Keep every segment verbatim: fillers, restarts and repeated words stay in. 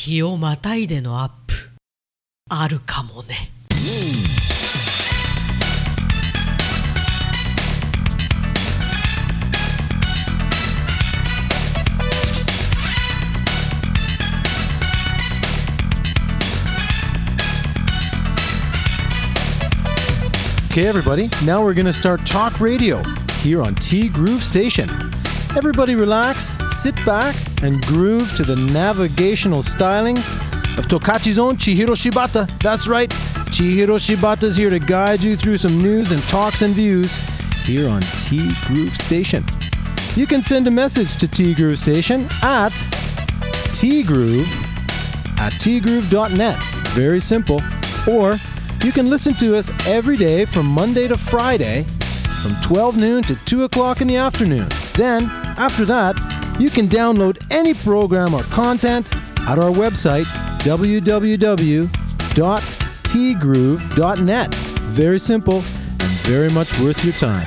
日をまたいでのアップあるかもね。 Okay, everybody, now we're going to start talk radio here on T Groove Station. Everybody relax, sit back, and groove to the navigational stylings of Tokachi's own Chihiro Shibata. That's right, Chihiro Shibata's here to guide you through some news and talks and views here on T Groove Station. You can send a message to T Groove Station at tgroove at tgroove dot net. Very simple. Or you can listen to us every day from Monday to Friday from twelve noon to two o'clock in the afternoon. Then, after that, you can download any program or content at our website, w w w dot t groove dot net. Very simple and very much worth your time.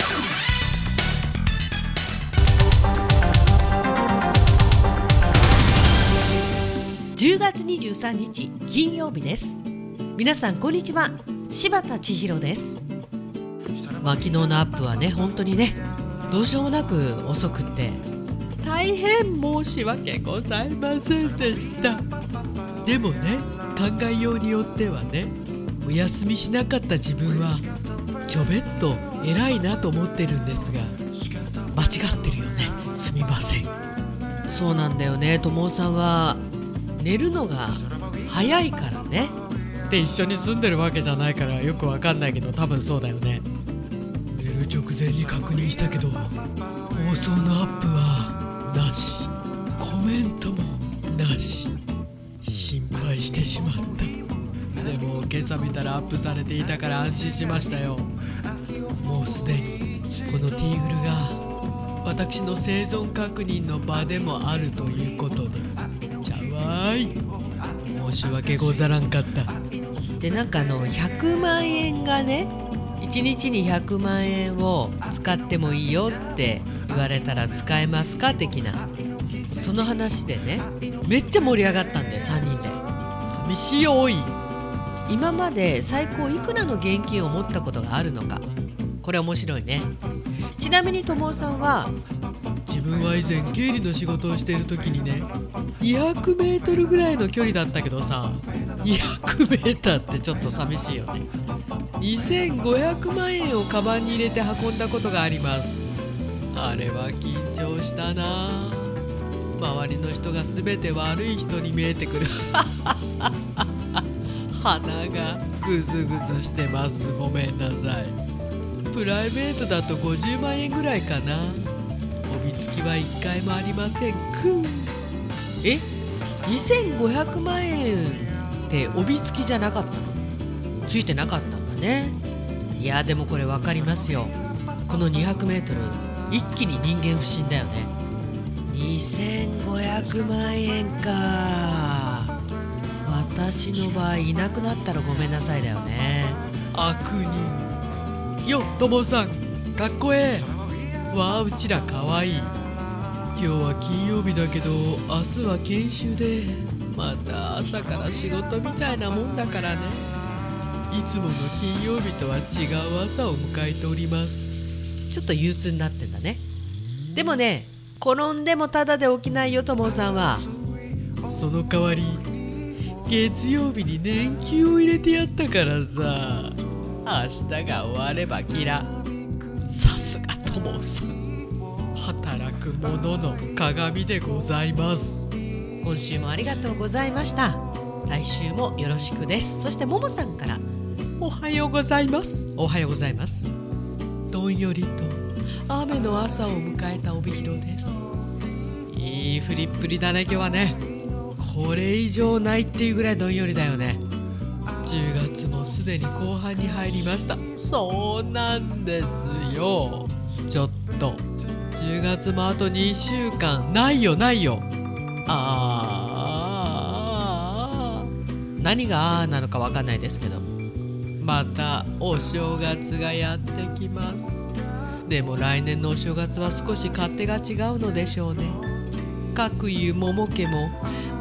じゅうがつにじゅうさんにち金曜日です。皆さんこんにちは、柴田千尋です。まあ、昨日のアップはね、本当にね、どうしようもなく遅くって大変申し訳ございませんでした。でもね、考えようによってはね、お休みしなかった自分はちょべっと偉いなと思ってるんですが、間違ってるよね、すみません。そうなんだよね、友さんは寝るのが早いからね。で、一緒に住んでるわけじゃないからよくわかんないけど、多分そうだよね。寝る直前に確認したけど、放送のアップはなし、コメントもなし。心配してしまった。でも今朝見たらアップされていたから安心しましたよ。もうすでにこのティーグルが私の生存確認の場でもあるということで、ちゃわーい、申し訳ござらんかった。で、なんかあのひゃくまんえんがね、いちにちにひゃくまんえんを使ってもいいよって言われたら使えますか的な、その話でね、めっちゃ盛り上がったんでさんにんで。寂しいおい。今まで最高いくらの現金を持ったことがあるのか、これ面白いね。ちなみに友さんは、自分は以前経理の仕事をしている時にね、にひゃくメートルぐらいの距離だったけどさ、にひゃくメーターってちょっと寂しいよね。にせんごひゃくまんえんをカバンに入れて運んだことがあります。あれは緊張したな。周りの人が全て悪い人に見えてくる鼻がグズグズしてます、ごめんなさい。プライベートだとごじゅうまんえんぐらいかな。おびつきはいっかいもありません。くーえにせんごひゃくまんえんっておびつきじゃなかったの？ついてなかったんだね。いや、でもこれ分かりますよ。このにひゃくメートル一気に人間不信だよね。にせんごひゃくまんえんか。私の場合いなくなったらごめんなさいだよね。悪人よ、ともさんかっこええわあ、うちらかわいい。今日は金曜日だけど明日は研修で、また朝から仕事みたいなもんだからね。いつもの金曜日とは違う朝を迎えております。ちょっと憂鬱になってんだね。でもね、転んでもただで起きないよ、ともさんは。その代わり月曜日に年休を入れてやったからさ、明日が終わればキラ。さすがともさん、働く者の鏡でございます。今週もありがとうございました。来週もよろしくです。そしてももさんから、おはようございます。おはようございます。どんよりと雨の朝を迎えた帯広です。いい降りっぷりだね、今日はね。これ以上ないっていうぐらいどんよりだよね。じゅうがつもすでに後半に入りました。そうなんですよ。ちょっとじゅうがつもあとにしゅうかんないよないよ。あー、何があーなのかわかんないですけど、またお正月がやってきます。でも来年のお正月は少し勝手が違うのでしょうね。かくいう桃家も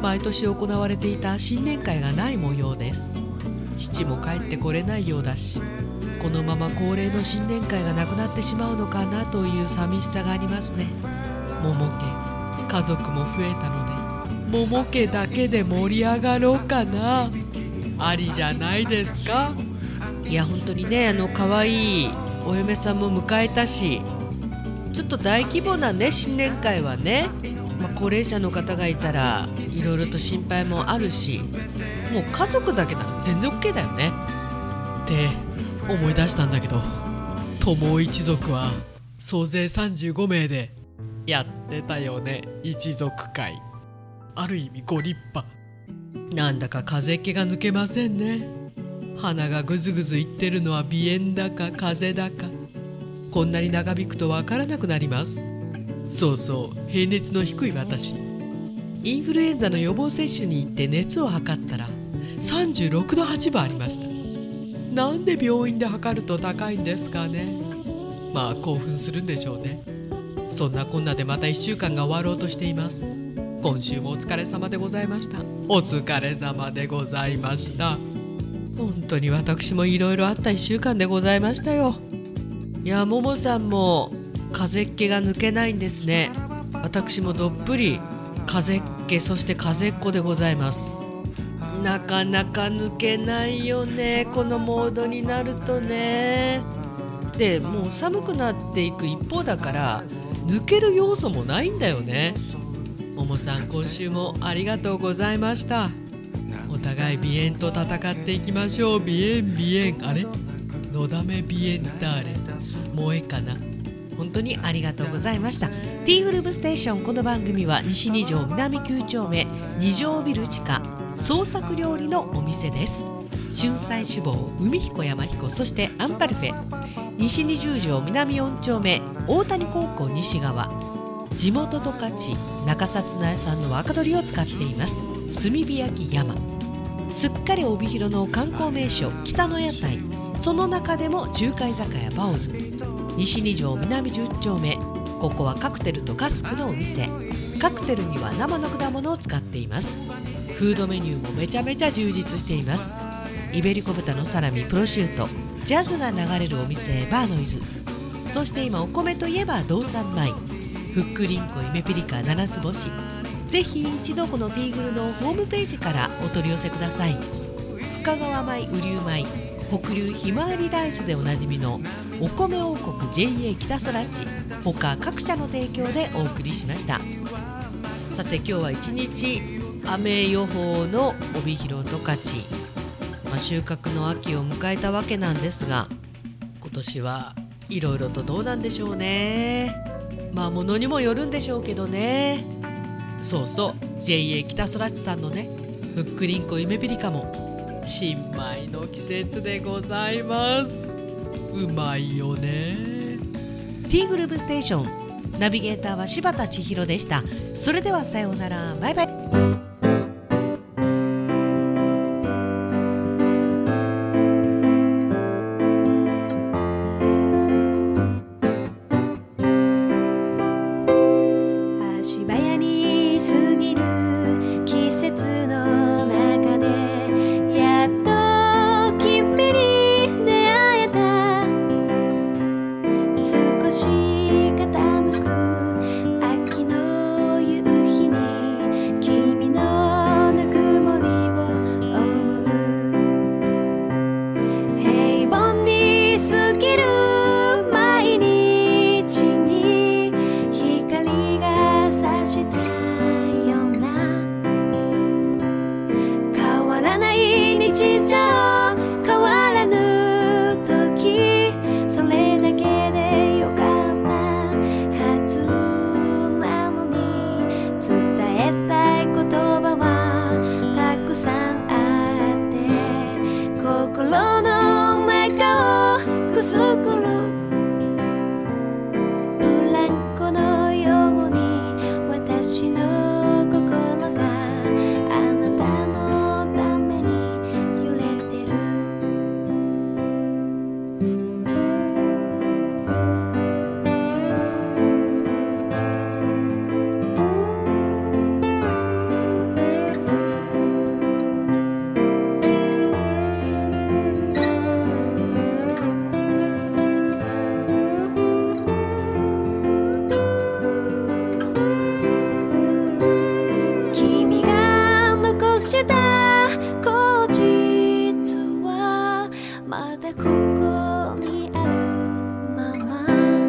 毎年行われていた新年会がない模様です。父も帰ってこれないようだし、このまま恒例の新年会がなくなってしまうのかなという寂しさがありますね。桃家、家族も増えたので、桃家だけで盛り上がろうかな。ありじゃないですか。いや本当にね、あの可愛いお嫁さんも迎えたし、ちょっと大規模なね新年会はね、まあ、高齢者の方がいたらいろいろと心配もあるし、もう家族だけなら全然 OK だよねって思い出したんだけど、友一族は総勢さんじゅうごめいでやってたよね。一族会、ある意味ご立派。なんだか風邪気が抜けませんね。鼻がぐずぐずいってるのは鼻炎だか風邪だか、こんなに長引くとわからなくなります。そうそう、平熱の低い私、インフルエンザの予防接種に行って熱を測ったらさんじゅうろくどはちぶありました。なんで病院で測ると高いんですかね。まあ興奮するんでしょうね。そんなこんなでまたいっしゅうかんが終わろうとしています。今週もお疲れ様でございました。お疲れ様でございました。本当に私もいろいろあったいっしゅうかんでございましたよ。いや、ももさんも風邪っ気が抜けないんですね。私もどっぷり風邪っ気、そして風邪っ子でございます。なかなか抜けないよね、このモードになるとね。でもう寒くなっていく一方だから抜ける要素もないんだよね。ももさん、今週もありがとうございました。お互い鼻炎と戦っていきましょう。鼻炎鼻炎、あれのだめ鼻炎だれ、もうええかな。本当にありがとうございました。 T グループステーション、この番組は西に条南きゅう丁目に条ビル地下創作料理のお店です。春菜志望、海彦山彦、そしてアンパルフェ、西にじゅう条南よん丁目大谷高校西側、地元十勝中札内産の若鶏を使っています炭火焼き山。すっかり帯広の観光名所北の屋台、その中でも中華居酒屋バオズ、西に条南じゅう丁目、ここはカクテルとカスクのお店。カクテルには生の果物を使っています。フードメニューもめちゃめちゃ充実しています。イベリコ豚のサラミ、プロシュート、ジャズが流れるお店バーノイズ、そして今お米といえば道産米、ふっくりんこイメピリカ七つ星。ぜひ一度このティーグルのホームページからお取り寄せください。深川米、雨竜米、北流ひまわりライスでおなじみのお米王国 ジェイエー 北空地、他各社の提供でお送りしました。さて今日は一日雨予報の帯広十勝、まあ、収穫の秋を迎えたわけなんですが、今年はいろいろとどうなんでしょうね。まあ物にもよるんでしょうけどね。そうそう ジェイエー 北空地さんのね、ふっくりんこイメピリカも新米の季節でございます。うまいよね。 T グループステーション、ナビゲーターは柴田千尋でした。それではさようなら、バイバイ。 心があなたのために揺れてした後日はまだここにあるまま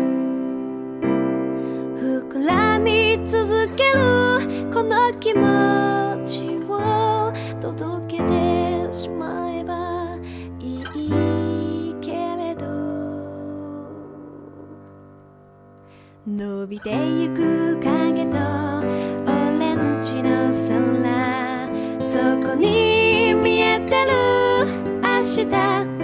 膨らみ続けるこの気持ちを届けてしまえばいいけれど伸びてゆく影とオレンジの空そこに見えてる明日